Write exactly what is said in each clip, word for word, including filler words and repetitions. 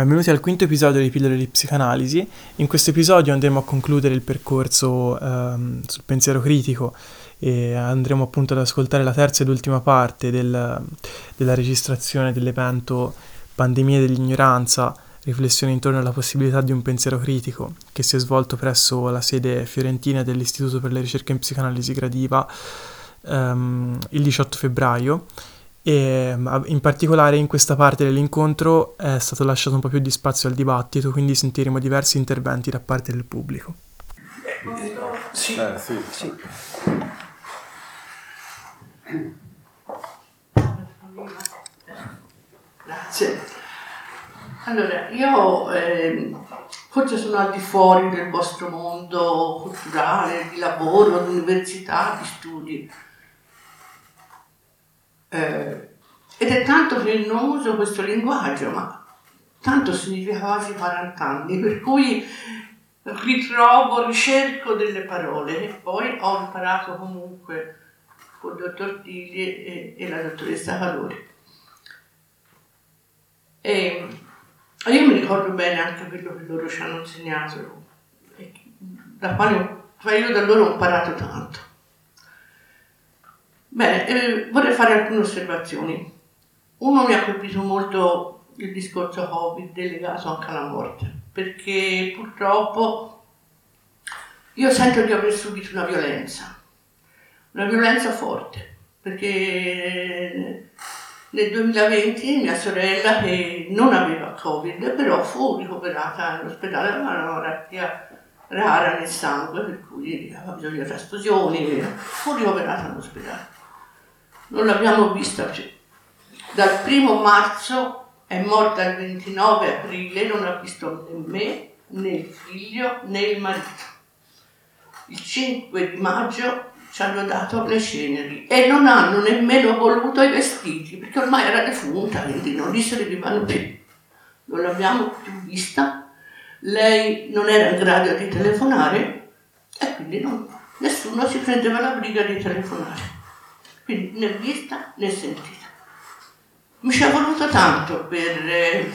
Benvenuti al quinto episodio di Pillole di Psicanalisi. In questo episodio andremo a concludere il percorso ehm, sul pensiero critico e andremo appunto ad ascoltare la terza ed ultima parte del, della registrazione dell'evento Pandemie dell'ignoranza, riflessioni intorno alla possibilità di un pensiero critico, che si è svolto presso la sede fiorentina dell'Istituto per le ricerche in psicanalisi gradiva ehm, il diciotto febbraio. E in particolare in questa parte dell'incontro è stato lasciato un po' più di spazio al dibattito, quindi sentiremo diversi interventi da parte del pubblico. Sì, eh, sì. sì. Grazie. Allora, io eh, forse sono al di fuori del vostro mondo culturale, di lavoro, di università, di studi. Eh, ed è tanto che non uso questo linguaggio, ma tanto significa quasi quaranta anni, per cui ritrovo, ricerco delle parole e poi ho imparato comunque con il dottor Tigli e, e la dottoressa Calori. E io mi ricordo bene anche quello che loro ci hanno insegnato, e da quale io da loro ho imparato tanto. Bene, eh, vorrei fare alcune osservazioni. Uno, mi ha colpito molto il discorso Covid legato anche alla morte, perché purtroppo io sento di aver subito una violenza, una violenza forte, perché nel duemilaventi mia sorella, che non aveva Covid, però fu ricoverata all'ospedale, aveva una malattia rara nel sangue, per cui aveva bisogno di trasfusioni, fu ricoverata all'ospedale. Non l'abbiamo vista più. Dal primo marzo è morta il ventinove aprile, non ha visto né me, né il figlio, né il marito. Il cinque di maggio ci hanno dato le ceneri e non hanno nemmeno voluto i vestiti, perché ormai era defunta, quindi non li servivano più. Non l'abbiamo più vista, lei non era in grado di telefonare e quindi non, nessuno si prendeva la briga di telefonare. Quindi né vista né sentita. Mi ci è voluto tanto per eh,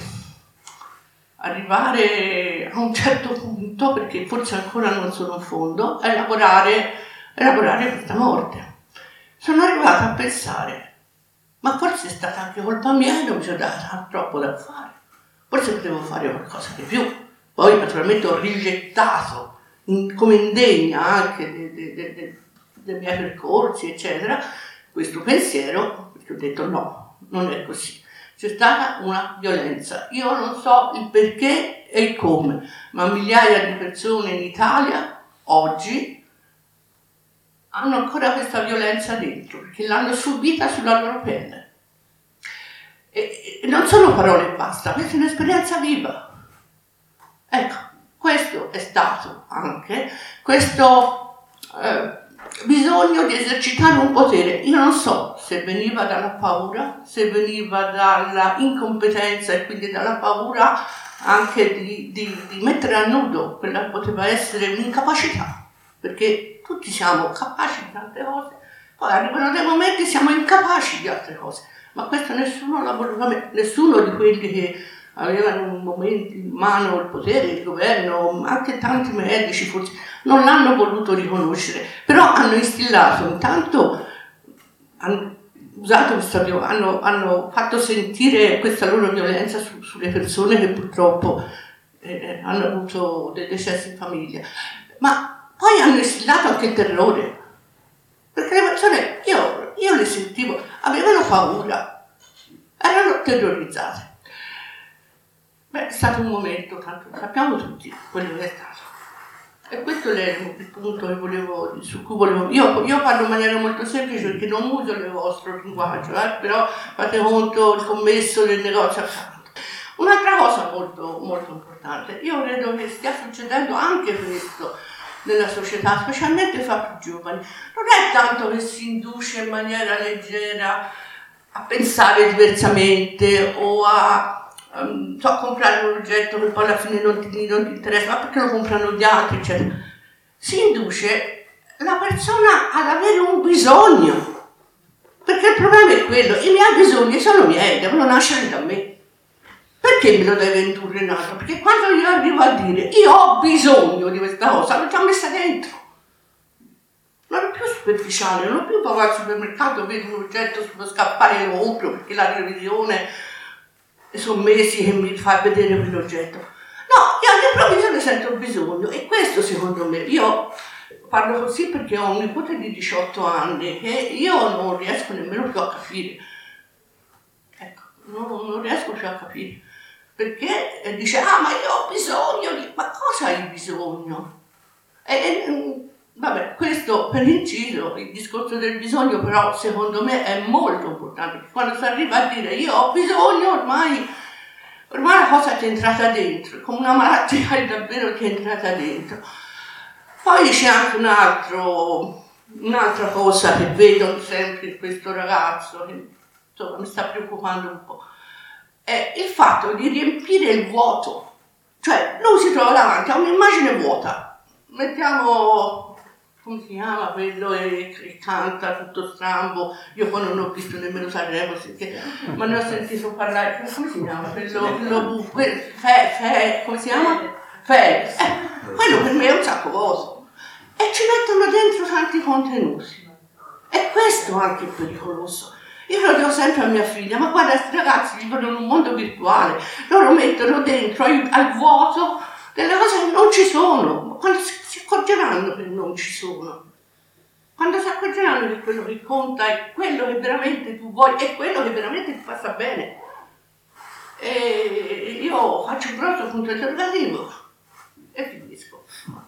arrivare a un certo punto, perché forse ancora non sono in fondo, a lavorare, a lavorare questa morte. Sono arrivata a pensare, ma forse è stata anche colpa mia e non mi sono data troppo da fare. Forse potevo fare qualcosa di più. Poi naturalmente ho rigettato in, come indegna anche dei, dei, dei, dei miei percorsi, eccetera, questo pensiero, perché ho detto no, non è così. C'è stata una violenza. Io non so il perché e il come, ma migliaia di persone in Italia oggi hanno ancora questa violenza dentro, perché l'hanno subita sulla loro pelle. E, e non sono parole e basta, questa è un'esperienza viva. Ecco, questo è stato anche questo eh, bisogno di esercitare un potere. Io non so se veniva dalla paura, se veniva dalla incompetenza e quindi dalla paura anche di, di, di mettere a nudo quella che poteva essere un'incapacità, perché tutti siamo capaci di tante cose, poi arrivano dei momenti e siamo incapaci di altre cose, ma questo nessuno l'ha voluto, nessuno di quelli che avevano un momento in mano il potere, il governo, anche tanti medici forse, non l'hanno voluto riconoscere, però hanno instillato, intanto hanno usato questa hanno, hanno fatto sentire questa loro violenza su, sulle persone che purtroppo eh, hanno avuto dei decessi in famiglia, ma poi hanno instillato anche il terrore, perché le persone, io, io le sentivo, avevano paura, erano terrorizzate. Beh, è stato un momento, tanto sappiamo tutti quello che è stato. E questo è il punto che volevo, su cui volevo. Io, io parlo in maniera molto semplice perché non uso il vostro linguaggio, eh, però fate conto il commesso del negozio accanto. Un'altra cosa molto, molto importante, io credo che stia succedendo anche questo nella società, specialmente fra più giovani. Non è tanto che si induce in maniera leggera a pensare diversamente o a Um, so, comprare un oggetto che poi alla fine non ti, non ti interessa, ma perché lo comprano gli altri, eccetera. Si induce la persona ad avere un bisogno, perché il problema è quello, i miei bisogni sono miei, devono nascere da me. Perché me lo deve indurre in altro? Perché quando io arrivo a dire io ho bisogno di questa cosa, l'ho già messa dentro. Non è più superficiale, non è più proprio al supermercato, vedo un oggetto, sullo scappare lo compro perché la televisione sono mesi che mi fa vedere quell'oggetto. No, io all'improvviso ne sento bisogno e questo secondo me, io parlo così perché ho un nipote di diciotto anni che io non riesco nemmeno più a capire. Ecco, non, non riesco più a capire. Perché dice, ah ma io ho bisogno di... Ma cosa hai bisogno? E, e, vabbè, questo per inciso, il discorso del bisogno però secondo me è molto importante, perché quando si arriva a dire io ho bisogno ormai, ormai la cosa ti è entrata dentro, come una malattia è davvero ti è entrata dentro. Poi c'è anche un altro, un'altra cosa che vedo sempre in questo ragazzo, che insomma mi sta preoccupando un po', è il fatto di riempire il vuoto. Cioè lui si trova davanti a un'immagine vuota, mettiamo, come si chiama quello che, che canta tutto strambo, io poi non ho visto nemmeno Sanremo, perché, ma ne ho sentito parlare, come si chiama quello, quello fe, fe, come si chiama? Fe, eh, quello per me è un sacco cosa. E ci mettono dentro tanti contenuti. E questo anche è pericoloso. Io lo dico sempre a mia figlia, ma guarda, questi ragazzi vivono in un mondo virtuale, loro mettono dentro al, al vuoto delle cose che non ci sono, ma quando si, si accorgeranno che non ci sono? Quando si accorgeranno che quello che conta è quello che veramente tu vuoi, è quello che veramente ti passa bene. E io faccio un grosso punto interrogativo e finisco.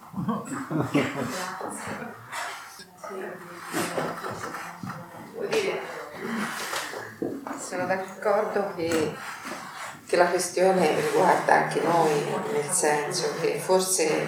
Vuol dire, sono d'accordo che, che la questione riguarda anche noi, nel senso che forse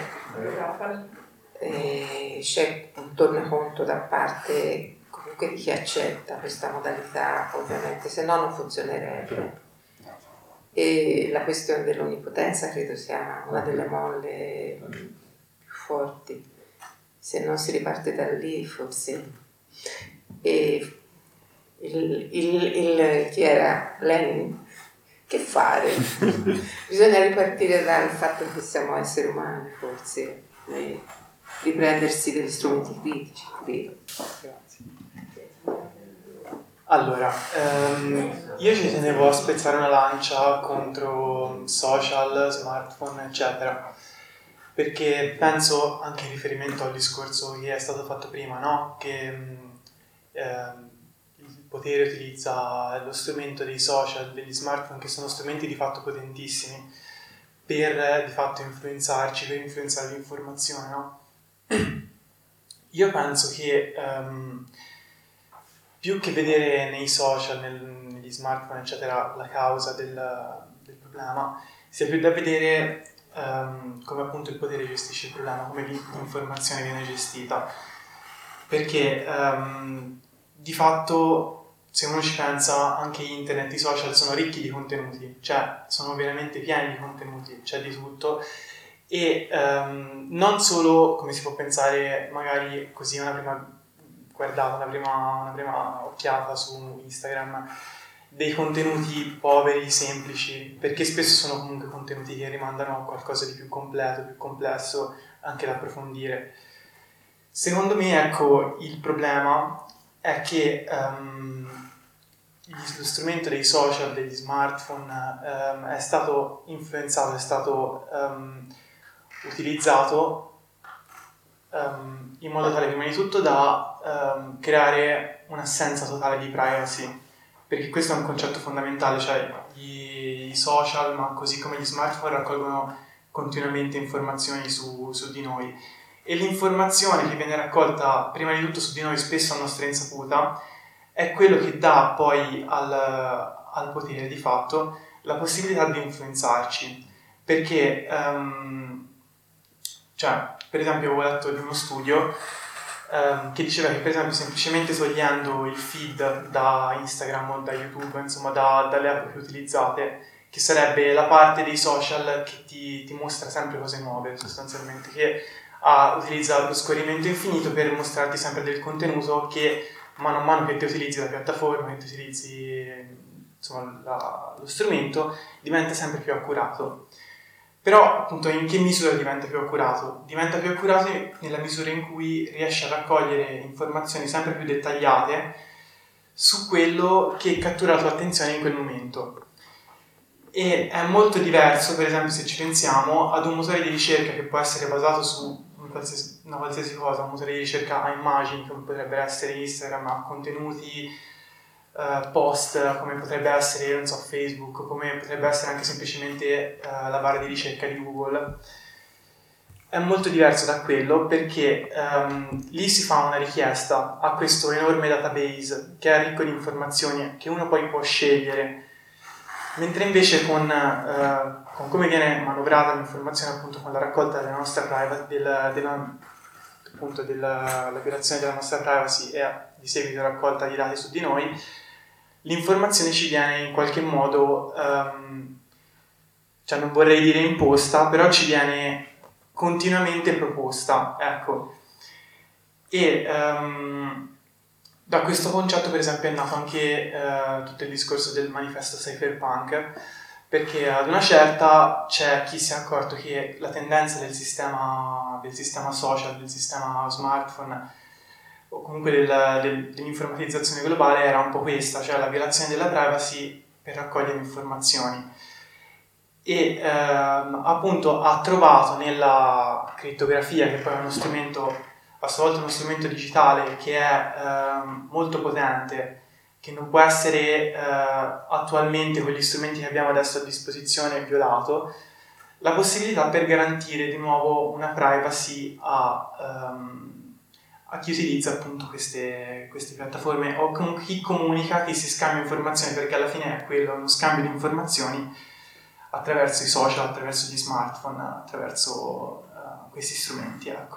eh, c'è un tornaconto da parte comunque di chi accetta questa modalità, ovviamente, se no non funzionerebbe. E la questione dell'onnipotenza credo sia una delle molle più forti. Se non si riparte da lì, forse. E il, il, il chi era Lenin? Che fare? Bisogna ripartire dal fatto che siamo esseri umani, forse, e riprendersi degli strumenti critici, credo. Grazie. Allora, ehm, io ci tenevo a spezzare una lancia contro social, smartphone, eccetera, perché penso, anche in riferimento al discorso che è stato fatto prima, no? Che ehm, il potere utilizza lo strumento dei social, degli smartphone, che sono strumenti di fatto potentissimi, per di fatto influenzarci, per influenzare l'informazione, no? Io penso che ehm, più che vedere nei social, nel, negli smartphone, eccetera, la causa del, del problema, sia più da vedere um, come appunto il potere gestisce il problema, come l'informazione viene gestita. Perché um, di fatto, se uno ci pensa, anche internet, i social sono ricchi di contenuti, cioè sono veramente pieni di contenuti, c'è di tutto. E um, non solo, come si può pensare, magari così una prima guardata, una prima, una prima occhiata su Instagram, dei contenuti poveri, semplici, perché spesso sono comunque contenuti che rimandano a qualcosa di più completo, più complesso, anche da approfondire. Secondo me, ecco, il problema è che um, lo strumento dei social, degli smartphone, um, è stato influenzato, è stato um, utilizzato Um, in modo tale, prima di tutto, da um, creare un'assenza totale di privacy, perché questo è un concetto fondamentale, cioè gli, i social, ma così come gli smartphone, raccolgono continuamente informazioni su, su di noi, e l'informazione che viene raccolta prima di tutto su di noi, spesso a nostra insaputa, è quello che dà poi al, al potere, di fatto, la possibilità di influenzarci, perché um, cioè, per esempio, avevo letto di uno studio ehm, che diceva che, per esempio, semplicemente togliendo il feed da Instagram o da YouTube, insomma, da, dalle app più utilizzate, che sarebbe la parte dei social che ti, ti mostra sempre cose nuove, sostanzialmente, che ha utilizzato lo scorrimento infinito per mostrarti sempre del contenuto che, mano a mano che ti utilizzi la piattaforma, che ti utilizzi insomma, la, lo strumento diventa sempre più accurato. Però appunto in che misura diventa più accurato? Diventa più accurato nella misura in cui riesce a raccogliere informazioni sempre più dettagliate su quello che cattura la tua attenzione in quel momento. E è molto diverso, per esempio, se ci pensiamo ad un motore di ricerca che può essere basato su un qualsiasi, una qualsiasi cosa, un motore di ricerca a immagini come potrebbe essere Instagram, a contenuti, uh, post come potrebbe essere, non so, Facebook, come potrebbe essere anche semplicemente uh, la barra di ricerca di Google. È molto diverso da quello perché um, lì si fa una richiesta a questo enorme database che è ricco di informazioni che uno poi può scegliere. Mentre invece con, uh, con come viene manovrata l'informazione, appunto con la raccolta della nostra privacy, del, della, appunto della, la violazione della nostra privacy e di seguito raccolta di dati su di noi, l'informazione ci viene in qualche modo, um, cioè non vorrei dire imposta, però ci viene continuamente proposta, ecco. E um, da questo concetto, per esempio, è nato anche eh, tutto il discorso del manifesto cypherpunk, perché ad una certa c'è chi si è accorto che la tendenza del sistema, del sistema social, del sistema smartphone, o comunque del, del, dell'informatizzazione globale era un po' questa, cioè la violazione della privacy per raccogliere informazioni. E ehm, appunto ha trovato nella crittografia, che poi è uno strumento a sua volta uno strumento digitale che è eh, molto potente, che non può essere eh, attualmente con gli strumenti che abbiamo adesso a disposizione violato, la possibilità per garantire di nuovo una privacy a, um, a chi utilizza appunto queste, queste piattaforme o comunque chi comunica, chi si scambia informazioni, perché alla fine è quello, uno scambio di informazioni attraverso i social, attraverso gli smartphone, attraverso uh, questi strumenti, ecco.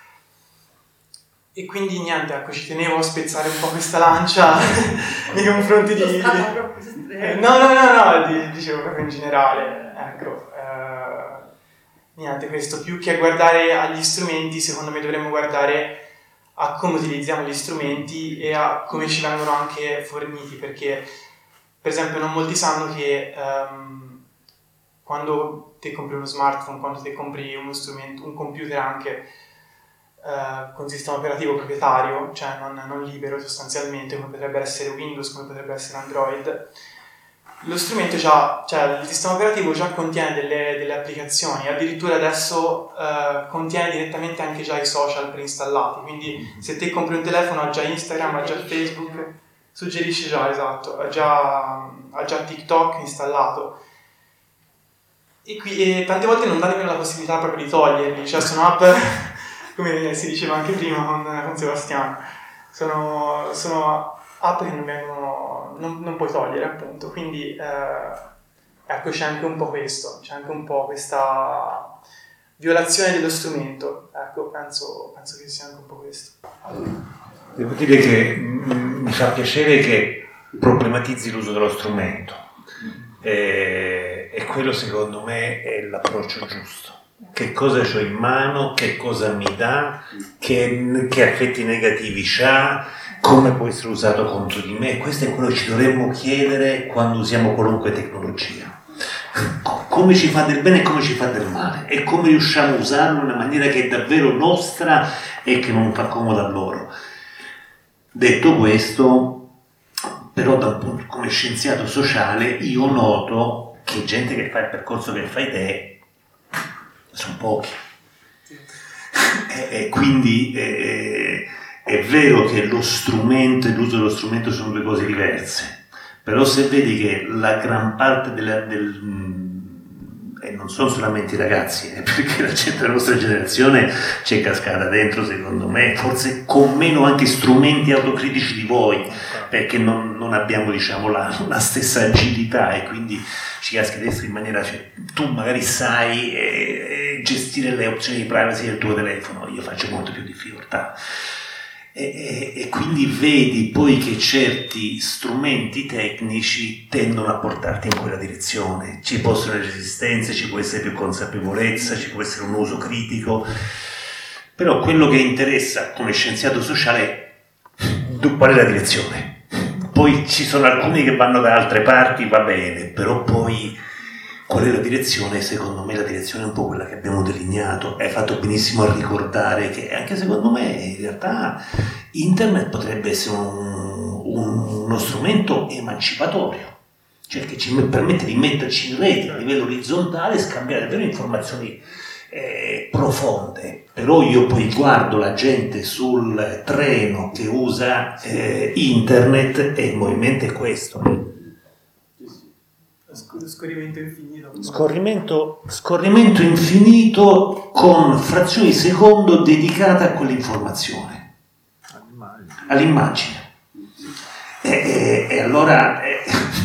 E quindi niente, ecco, ci tenevo a spezzare un po' questa lancia nei confronti di... Eh, no, no, no, no, di, dicevo proprio in generale, ecco. Eh, niente, questo, più che guardare agli strumenti, secondo me dovremmo guardare a come utilizziamo gli strumenti e a come ci vengono anche forniti, perché, per esempio, non molti sanno che um, quando ti compri uno smartphone, quando ti compri uno strumento, un computer anche, Uh, con sistema operativo proprietario, cioè non, non libero sostanzialmente, come potrebbe essere Windows, come potrebbe essere Android, lo strumento già, cioè il sistema operativo già contiene delle, delle applicazioni, addirittura adesso uh, contiene direttamente anche già i social preinstallati, quindi se te compri un telefono ha già Instagram, ha già Facebook, suggerisce già, esatto, ha già, ha già TikTok installato. E, qui, e tante volte non dà nemmeno la possibilità proprio di toglierli, cioè sono app... come si diceva anche prima con, con Sebastiano, sono, sono app che non, vengono, non, non puoi togliere, appunto, quindi eh, ecco, c'è anche un po' questo, c'è anche un po' questa violazione dello strumento, ecco, penso, penso che sia anche un po' questo. Devo dire che mh, mi fa piacere che problematizzi l'uso dello strumento, e, e quello secondo me è l'approccio giusto. Che cosa ho in mano, che cosa mi dà, che, che effetti negativi c'ha, come può essere usato contro di me. Questo è quello che ci dovremmo chiedere quando usiamo qualunque tecnologia. Come ci fa del bene e come ci fa del male, e come riusciamo a usarlo in una maniera che è davvero nostra e che non fa comodo a loro. Detto questo, però da un punto, come scienziato sociale, io noto che gente che fa il percorso che fai te sono pochi, e, e quindi è, è vero che lo strumento e l'uso dello strumento sono due cose diverse, però se vedi che la gran parte della, del, e non sono solamente i ragazzi, eh, perché la gente della nostra generazione c'è cascata dentro, secondo me, forse con meno anche strumenti autocritici di voi, perché non, non abbiamo, diciamo, la, la stessa agilità e quindi ci casca dentro in maniera, cioè, tu magari sai eh, gestire le opzioni di privacy del tuo telefono, io faccio molto più difficoltà. E, e, e quindi vedi poi che certi strumenti tecnici tendono a portarti in quella direzione, ci possono essere resistenze, ci può essere più consapevolezza, ci può essere un uso critico, però quello che interessa come scienziato sociale è qual è la direzione, poi ci sono alcuni che vanno da altre parti, va bene, però poi qual è la direzione? Secondo me la direzione è un po' quella che abbiamo delineato. Hai fatto benissimo a ricordare che anche secondo me in realtà internet potrebbe essere un, un, uno strumento emancipatorio, cioè che ci permette di metterci in rete a livello orizzontale e scambiare davvero informazioni eh, profonde. Però io poi guardo la gente sul treno che usa eh, internet e il movimento è questo. Scorrimento infinito. Scorrimento, scorrimento infinito con frazioni di secondo dedicate a quell'informazione, all'immagine. E, e, e allora eh,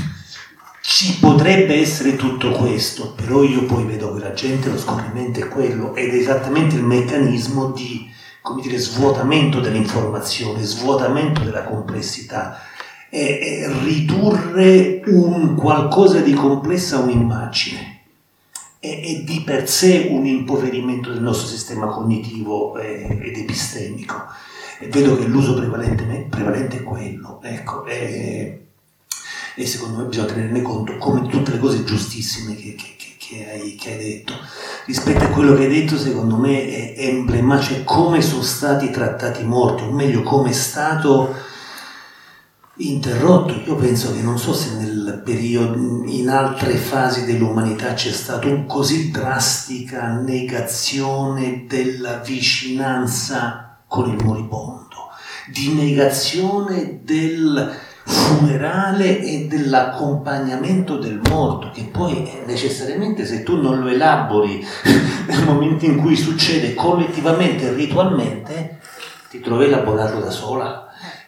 ci potrebbe essere tutto questo, però io poi vedo che la gente, lo scorrimento è quello, ed è esattamente il meccanismo di, come dire, svuotamento dell'informazione, svuotamento della complessità. E ridurre un qualcosa di complesso a un'immagine è, è di per sé un impoverimento del nostro sistema cognitivo eh, ed epistemico, e vedo che l'uso prevalente, prevalente è quello, ecco, e, e secondo me bisogna tenerne conto, come tutte le cose giustissime che, che, che, che, hai, che hai detto. Rispetto a quello che hai detto, secondo me è, è emblematico, cioè come sono stati trattati i morti, o meglio come è stato interrotto. Io penso che non so se nel periodo, in altre fasi dell'umanità c'è stata un così drastica negazione della vicinanza con il moribondo, di negazione del funerale e dell'accompagnamento del morto, che poi necessariamente, se tu non lo elabori nel momento in cui succede collettivamente e ritualmente, ti trovi a elaborarlo da sola.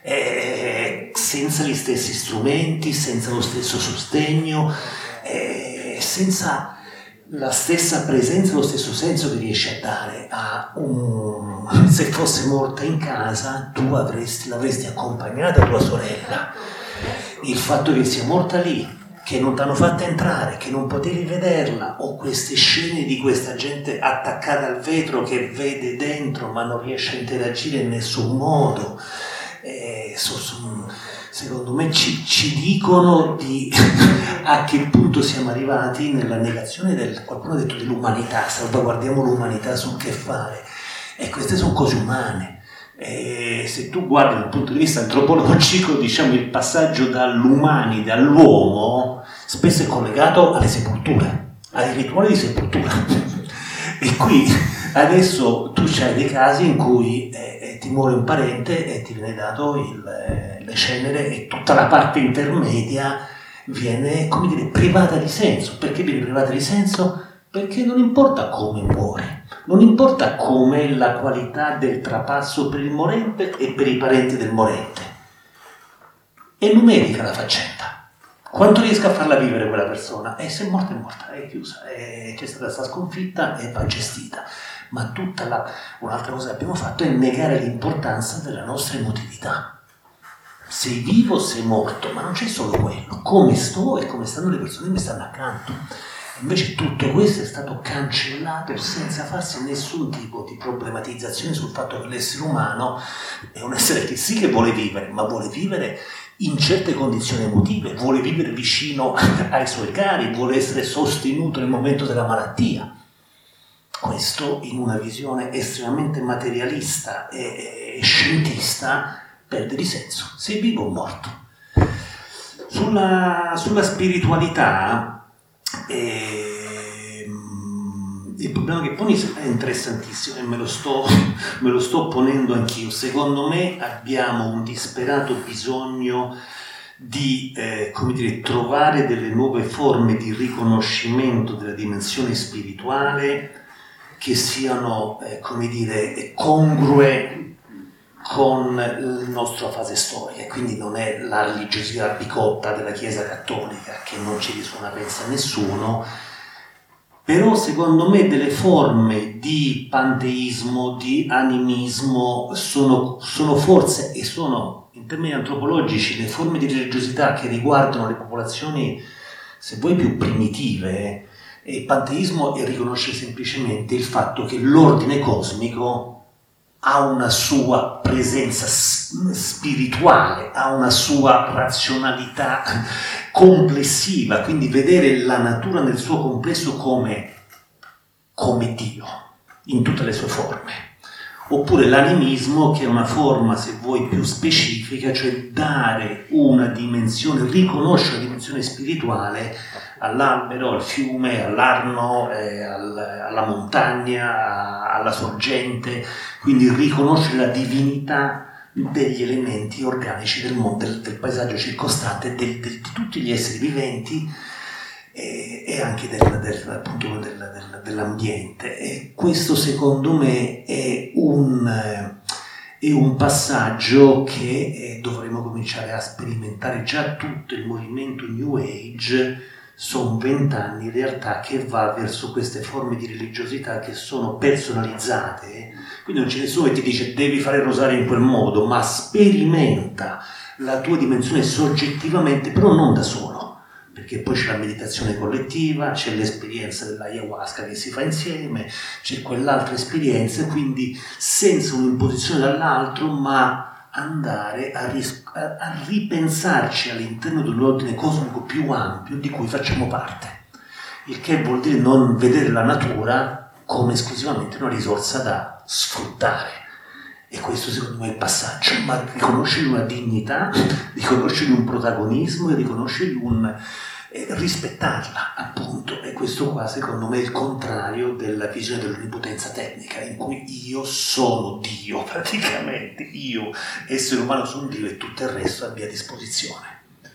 Eh, senza gli stessi strumenti, senza lo stesso sostegno, eh, senza la stessa presenza, lo stesso senso che riesci a dare a un... Se fosse morta in casa, tu avresti, l'avresti accompagnata tua sorella. Il fatto che sia morta lì, che non ti hanno fatto entrare, che non potevi vederla, o queste scene di questa gente attaccata al vetro che vede dentro ma non riesce a interagire in nessun modo. Eh, so, so, secondo me ci, ci dicono di a che punto siamo arrivati nella negazione del, qualcuno ha detto, dell'umanità, salvaguardiamo l'umanità sul che fare, e queste sono cose umane. E se tu guardi dal punto di vista antropologico, diciamo, il passaggio dall'umanide all'uomo spesso è collegato alle sepolture, ai rituali di sepoltura. E qui adesso tu c'hai dei casi in cui eh, ti muore un parente e ti viene dato il, eh, le cenere, e tutta la parte intermedia viene, come dire, privata di senso. Perché viene privata di senso? Perché non importa come muore, non importa com'è la qualità del trapasso per il morente e per i parenti del morente. È numerica la faccenda. Quanto riesco a farla vivere quella persona? E se è morta è morta, è chiusa, è, c'è stata questa sconfitta e va gestita. Ma tutta la, un'altra cosa che abbiamo fatto è negare l'importanza della nostra emotività. Sei vivo, sei morto, ma non c'è solo quello. Come sto e come stanno le persone che mi stanno accanto. Invece tutto questo è stato cancellato senza farsi nessun tipo di problematizzazione sul fatto che l'essere umano è un essere che sì che vuole vivere, ma vuole vivere in certe condizioni emotive, vuole vivere vicino ai suoi cari, vuole essere sostenuto nel momento della malattia. Questo, in una visione estremamente materialista e, e scientista, perde di senso. Sei vivo o morto? Sulla, sulla spiritualità, eh, il problema che poni è interessantissimo e me lo, sto, me lo sto ponendo anch'io. Secondo me abbiamo un disperato bisogno di eh, come dire, trovare delle nuove forme di riconoscimento della dimensione spirituale che siano, eh, come dire, congrue con la nostra fase storica. Quindi non è la religiosità bigotta della Chiesa Cattolica, che non ci risuona, pensa nessuno, però secondo me delle forme di panteismo, di animismo sono, sono forse, e sono in termini antropologici, le forme di religiosità che riguardano le popolazioni, se vuoi, più primitive. E il panteismo è riconoscere semplicemente il fatto che l'ordine cosmico ha una sua presenza spirituale, ha una sua razionalità complessiva, quindi vedere la natura nel suo complesso come, come Dio, in tutte le sue forme. Oppure l'animismo, che è una forma, se vuoi, più specifica, cioè dare una dimensione, riconoscere la dimensione spirituale all'albero, al fiume, all'arno, eh, al, alla montagna, alla sorgente, quindi riconoscere la divinità degli elementi organici del mondo, del, del paesaggio circostante, del, del, di tutti gli esseri viventi e, e anche del, del, appunto del, del, dell'ambiente. E questo secondo me è un, è un passaggio che eh, dovremo cominciare a sperimentare. Già tutto il movimento New Age sono vent'anni in realtà che va verso queste forme di religiosità che sono personalizzate, quindi non c'è nessuno che ti dice devi fare il rosario in quel modo, ma sperimenta la tua dimensione soggettivamente, però non da solo, perché poi c'è la meditazione collettiva, c'è l'esperienza dell'ayahuasca che si fa insieme, c'è quell'altra esperienza, quindi senza un'imposizione dall'altro, ma andare a, ris- a ripensarci all'interno di un ordine cosmico più ampio di cui facciamo parte, il che vuol dire non vedere la natura come esclusivamente una risorsa da sfruttare. E questo secondo me è il passaggio, ma riconoscergli una dignità, riconoscergli un protagonismo e riconoscergli un eh, rispettarla, appunto. E questo qua secondo me è il contrario della visione dell'onnipotenza tecnica, in cui io sono Dio, praticamente io, essere umano, sono Dio e tutto il resto è a mia disposizione.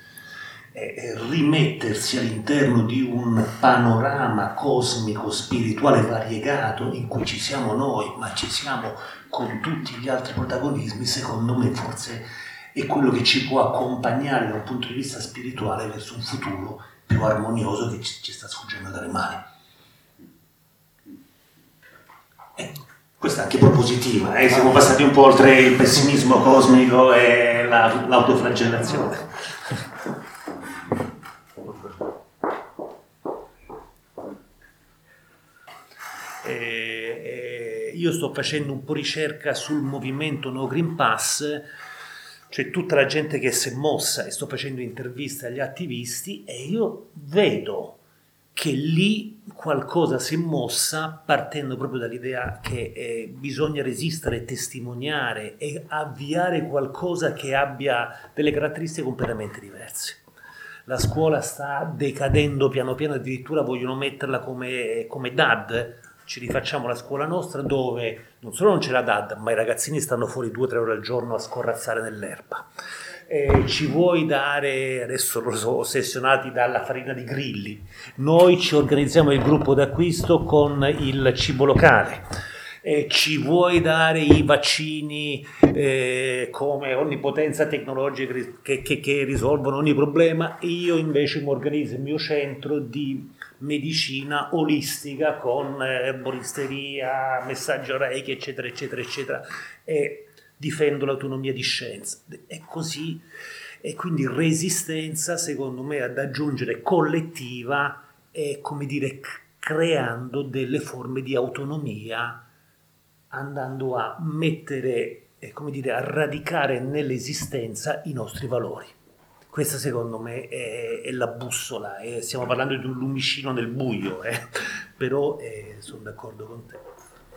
E rimettersi all'interno di un panorama cosmico, spirituale variegato, in cui ci siamo noi, ma ci siamo con tutti gli altri protagonismi, secondo me forse è quello che ci può accompagnare da un punto di vista spirituale verso un futuro più armonioso che ci, ci sta sfuggendo dalle mani. Eh, questa è anche propositiva, eh? Siamo passati un po' oltre il pessimismo cosmico e la, l'autoflagellazione. Eh, io sto facendo un po' ricerca sul movimento No Green Pass, cioè tutta la gente che si è mossa, e sto facendo interviste agli attivisti e io vedo che lì qualcosa si è mossa partendo proprio dall'idea che eh, bisogna resistere, testimoniare e avviare qualcosa che abbia delle caratteristiche completamente diverse. La scuola sta decadendo piano piano, addirittura vogliono metterla come, come D A D. Ci rifacciamo la scuola nostra dove non solo non c'è la D A D, ma i ragazzini stanno fuori due o tre ore al giorno a scorrazzare nell'erba. Eh, ci vuoi dare, adesso lo so, ossessionati dalla farina di grilli, noi ci organizziamo il gruppo d'acquisto con il cibo locale. Eh, ci vuoi dare i vaccini eh, come onnipotenza tecnologica che, che, che risolvono ogni problema? Io invece mi organizzo il mio centro di medicina olistica con eh, boristeria, messaggio Reiki, eccetera, eccetera, eccetera, e difendo l'autonomia di scienza. È così, e quindi resistenza, secondo me, ad aggiungere collettiva e, come dire, creando delle forme di autonomia, andando a mettere, eh, come dire, a radicare nell'esistenza i nostri valori. Questa secondo me è, è la bussola, eh. Stiamo parlando di un lumicino nel buio, eh. Però eh, sono d'accordo con te.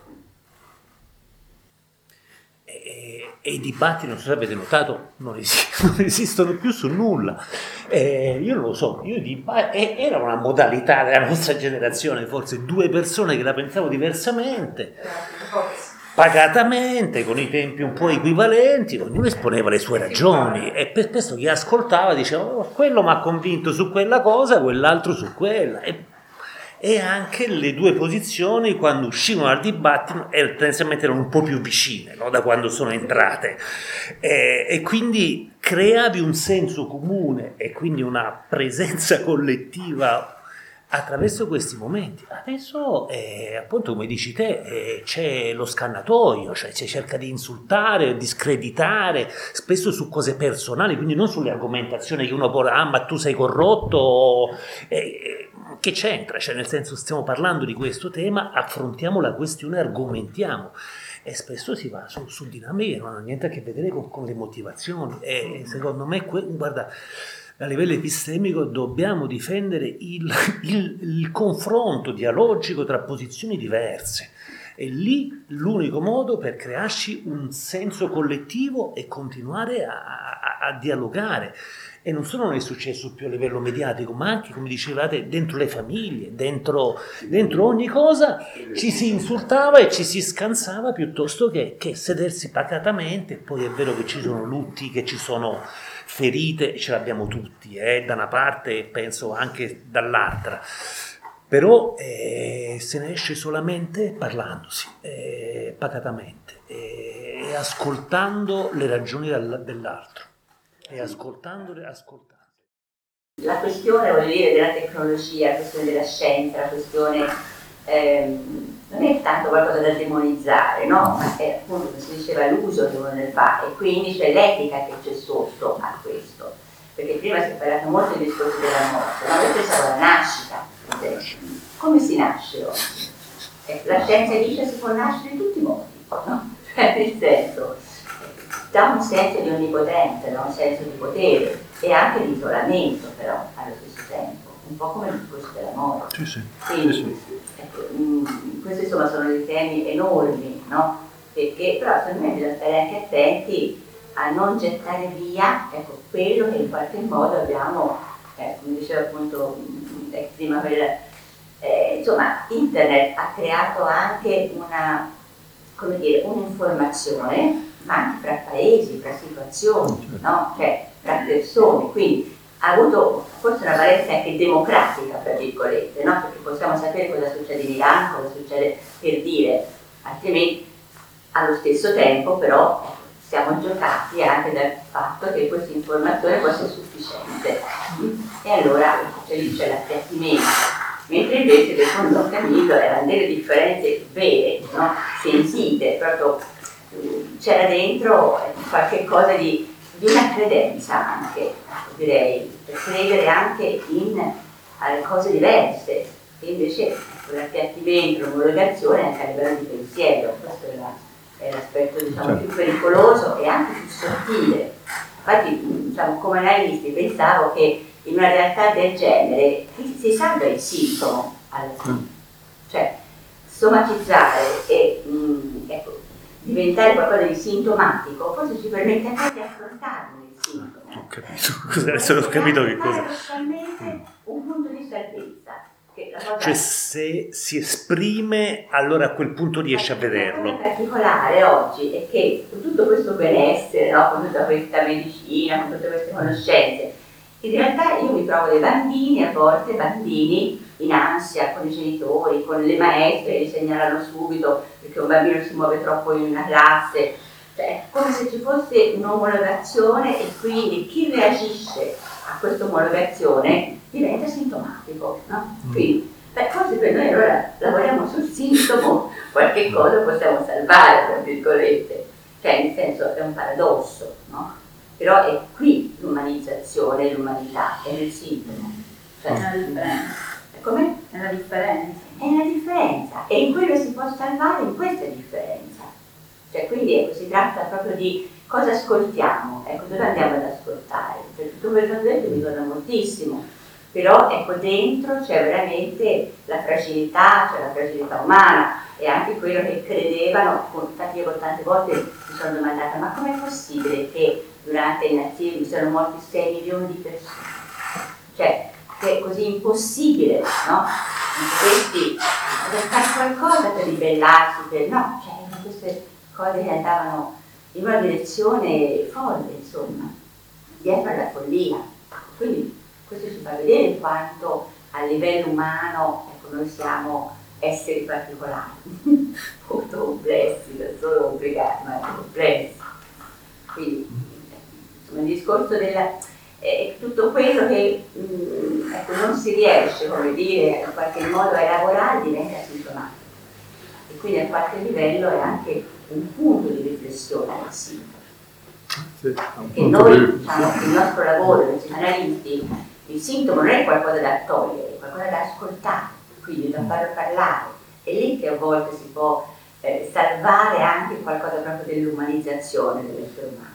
E, e i dibattiti, non so se avete notato, non, es- non esistono più su nulla. Eh, io non lo so, io diba- eh, era una modalità della nostra generazione, forse due persone che la pensavano diversamente, pacatamente, con i tempi un po' equivalenti, ognuno esponeva le sue ragioni e per questo chi ascoltava diceva oh, quello mi ha convinto su quella cosa, quell'altro su quella. E, e anche le due posizioni quando uscivano dal dibattito eh, tendenzialmente erano un po' più vicine, no? Da quando sono entrate, e, e quindi creavi un senso comune e quindi una presenza collettiva attraverso questi momenti. Adesso eh, appunto come dici te eh, c'è lo scannatoio, cioè si cerca di insultare, di screditare spesso su cose personali, quindi non sulle argomentazioni che uno può ah ma tu sei corrotto, eh, che c'entra? Cioè nel senso stiamo parlando di questo tema, affrontiamo la questione, argomentiamo e spesso si va su, su dinamiche che non hanno niente a che vedere con, con le motivazioni. E secondo me, que, guarda, a livello epistemico dobbiamo difendere il, il, il confronto dialogico tra posizioni diverse. È lì l'unico modo per crearci un senso collettivo e continuare a, a, a dialogare. E non solo non è successo più a livello mediatico, ma anche, come dicevate, dentro le famiglie, dentro, dentro ogni cosa ci si insultava e ci si scansava piuttosto che, che sedersi pacatamente. Poi è vero che ci sono lutti, che ci sono ferite, ce l'abbiamo tutti, eh, da una parte e penso anche dall'altra. Però eh, se ne esce solamente parlandosi, eh, pacatamente, eh, e ascoltando le ragioni dell'altro, e ascoltandole, ascoltando. La questione, voglio dire, della tecnologia, la questione della scienza, la questione ehm, non è tanto qualcosa da demonizzare, no? Ma è appunto, come si diceva, l'uso che uno ne fa, e quindi c'è l'etica che c'è sotto a questo. Perché prima si è parlato molto del discorso della morte, ma io pensavo alla nascita. Come si nasce oggi? Eh, la scienza dice che si può nascere in tutti i modi, no? Cioè, nel senso, da un senso di onnipotenza, da un senso di potere e anche di isolamento, però allo stesso tempo, un po' come il discorso della morte. Sì, sì. Quindi, sì, sì. Ecco, mh, questi insomma sono dei temi enormi, no? Perché però secondo me bisogna stare anche attenti a non gettare via, ecco, quello che in qualche modo abbiamo, eh, come diceva appunto eh, prima quella, eh, insomma, internet ha creato anche una, come dire, un'informazione, ma anche fra paesi, fra situazioni, no? Cioè fra persone, quindi ha avuto forse una valenza anche democratica, tra virgolette, no? Perché possiamo sapere cosa succede in Iran, cosa succede, per dire, altrimenti allo stesso tempo però siamo giocati anche dal fatto che questa informazione fosse sufficiente, e allora c'è, c'è l'appiattimento, mentre invece secondo Camillo erano delle differenze vere, no? Sentite, proprio c'era dentro qualche cosa di, di una credenza anche, direi, per credere anche in alle cose diverse, e invece l'appiattimento, l'omologazione anche a livello di pensiero, questo era è l'aspetto, diciamo, più pericoloso e anche più sottile. Infatti, diciamo, come analisti pensavo che in una realtà del genere si salva il sintomo alla fine, cioè somatizzare e mh, ecco, diventare qualcosa di sintomatico forse ci permette anche di affrontarne il sintomo. Ho capito, adesso ho capito che cosa. Paradossalmente un punto di salvezza. Cioè se si esprime, allora a quel punto riesce a vederlo. Il particolare oggi è che con tutto questo benessere, no? Con tutta questa medicina, con tutte queste conoscenze, in realtà io mi trovo dei bambini, a volte bambini in ansia con i genitori, con le maestre che li segnalano subito perché un bambino si muove troppo in una classe, cioè come se ci fosse un'omologazione, e quindi chi reagisce a questa omologazione diventa sintomatico, no? Quindi, beh, forse per noi allora lavoriamo sul sintomo, qualche cosa possiamo salvare, tra virgolette, cioè nel senso è un paradosso, no? Però è qui l'umanizzazione, l'umanità, è nel sintomo. Cioè, è la differenza. Com'è? È la differenza. È la differenza, e in quello si può salvare, in questa differenza. Cioè, quindi ecco, si tratta proprio di cosa ascoltiamo, ecco, dove andiamo ad ascoltare. Cioè, tutto quello che ho detto mi torna moltissimo, però ecco, dentro c'è veramente la fragilità, c'è la fragilità umana, e anche quello che credevano. Infatti io tante volte mi sono domandata, ma com'è possibile che durante il nazismo siano morti sei milioni di persone? Cioè, che è così impossibile, no? Questi, per fare qualcosa per ribellarsi, per no, cioè queste cose che andavano in una direzione folle, insomma, dietro alla follia. Quindi questo ci fa vedere quanto a livello umano, ecco, noi siamo esseri particolari, molto complessi, non solo complicati, ma anche complessi. Quindi, insomma, il discorso della... è tutto quello che mh, ecco, non si riesce, come dire, in qualche modo a elaborare diventa sintomatico. E quindi a qualche livello è anche un punto di riflessione del sintomo. Sì, Perché noi, diciamo, il nostro lavoro, noi psicanalisti, il sintomo non è qualcosa da togliere, è qualcosa da ascoltare, quindi da farlo parlare. È lì che a volte si può eh, salvare anche qualcosa proprio dell'umanizzazione dell'essere umano.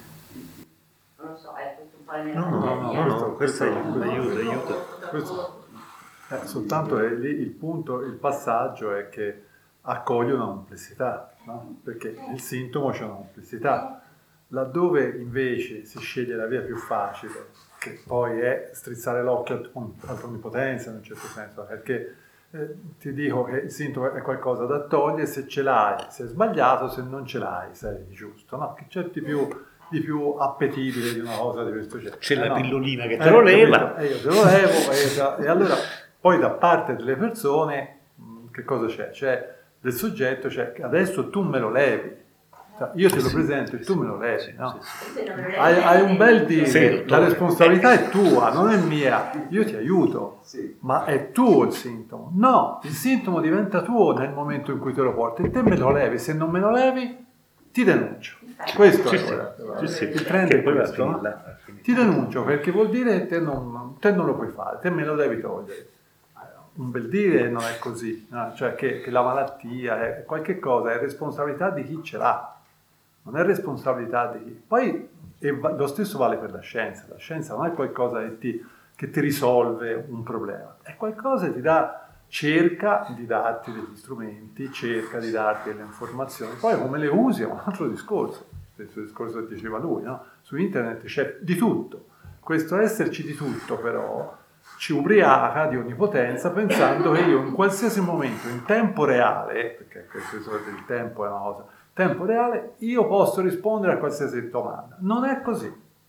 Non lo so, è questo un po' la mia No, no, no, fantasia. no, no, questo aiuta, aiuta, aiuta. Questo- eh, soltanto è lì il punto, il passaggio è che accoglie una complessità, no? Perché il sintomo c'è una complessità. Laddove invece si sceglie la via più facile, che poi è strizzare l'occhio all'onnipotenza in un certo senso, perché eh, ti dico che il sintomo è qualcosa da togliere, se ce l'hai sei sbagliato, se non ce l'hai sei giusto, no? Che c'è di più, di più appetibile di una cosa di questo genere. C'è Eh, la no. pillolina che te Eh, lo capito? leva. E io te lo levo, e, da- e allora poi da parte delle persone mh, che cosa c'è? C'è del soggetto, cioè che adesso tu me lo levi. Cioè, io te lo presento e tu me lo levi, no? Se non lo Hai, hai un bel dire, Sì, la responsabilità è tua, non è mia, io ti aiuto, ma è tuo il sintomo. No, il sintomo diventa tuo nel momento in cui te lo porti e te me lo levi, se non me lo levi ti denuncio. Questo Sì, è sì, ora, sì, sì. il trend Che è poi va a questo, no? finire là, va a finire. Ti denuncio perché vuol dire che te non, te non lo puoi fare, te me lo devi togliere. Un bel dire non è così, no? Cioè che, che la malattia è qualche cosa, è responsabilità di chi ce l'ha. Non è responsabilità di chi. Poi e va- lo stesso vale per la scienza. La scienza non è qualcosa che ti, che ti risolve un problema, è qualcosa che ti dà, cerca di darti degli strumenti, cerca di darti delle informazioni. Poi come le usi è un altro discorso, stesso discorso che diceva lui, no? Su internet c'è di tutto. Questo esserci di tutto però ci ubriaca di onnipotenza pensando che io in qualsiasi momento, in tempo reale, perché questo del tempo è una cosa, tempo reale, io posso rispondere a qualsiasi domanda. Non è così.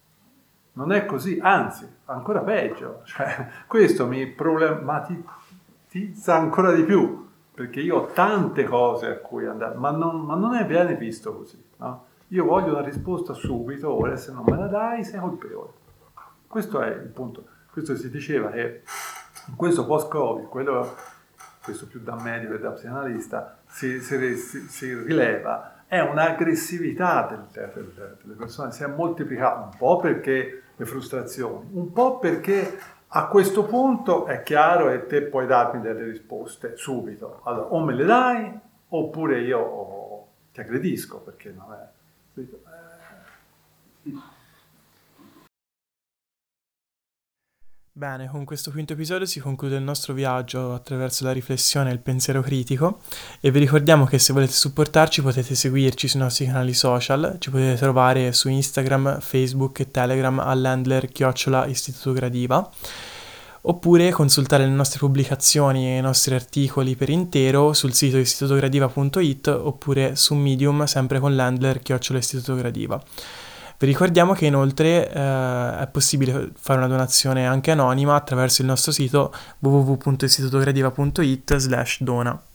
Non è così, anzi, ancora peggio. Cioè, questo mi problematizza ancora di più, perché io ho tante cose a cui andare, ma non, ma non è viene visto così. No? Io voglio una risposta subito, ora se non me la dai sei colpevole. Questo è il punto. Questo si diceva che in questo post-Covid, quello, questo più da medico e da psicanalista, si, si, si, si rileva è un'aggressività del, del, delle persone, si è moltiplicata un po' perché le frustrazioni, un po' perché a questo punto è chiaro e te puoi darmi delle risposte subito. Allora, o me le dai oppure io oh, ti aggredisco, perché non è... Bene, con questo quinto episodio si conclude il nostro viaggio attraverso la riflessione e il pensiero critico e vi ricordiamo che se volete supportarci potete seguirci sui nostri canali social, ci potete trovare su Instagram, Facebook e Telegram all'handler chiocciola Istituto Gradiva, oppure consultare le nostre pubblicazioni e i nostri articoli per intero sul sito istitutogradiva punto it oppure su Medium sempre con l'handler chiocciola Istituto Gradiva. Vi ricordiamo che inoltre eh, è possibile fare una donazione anche anonima attraverso il nostro sito w w w punto istitutogradiva punto it slash dona.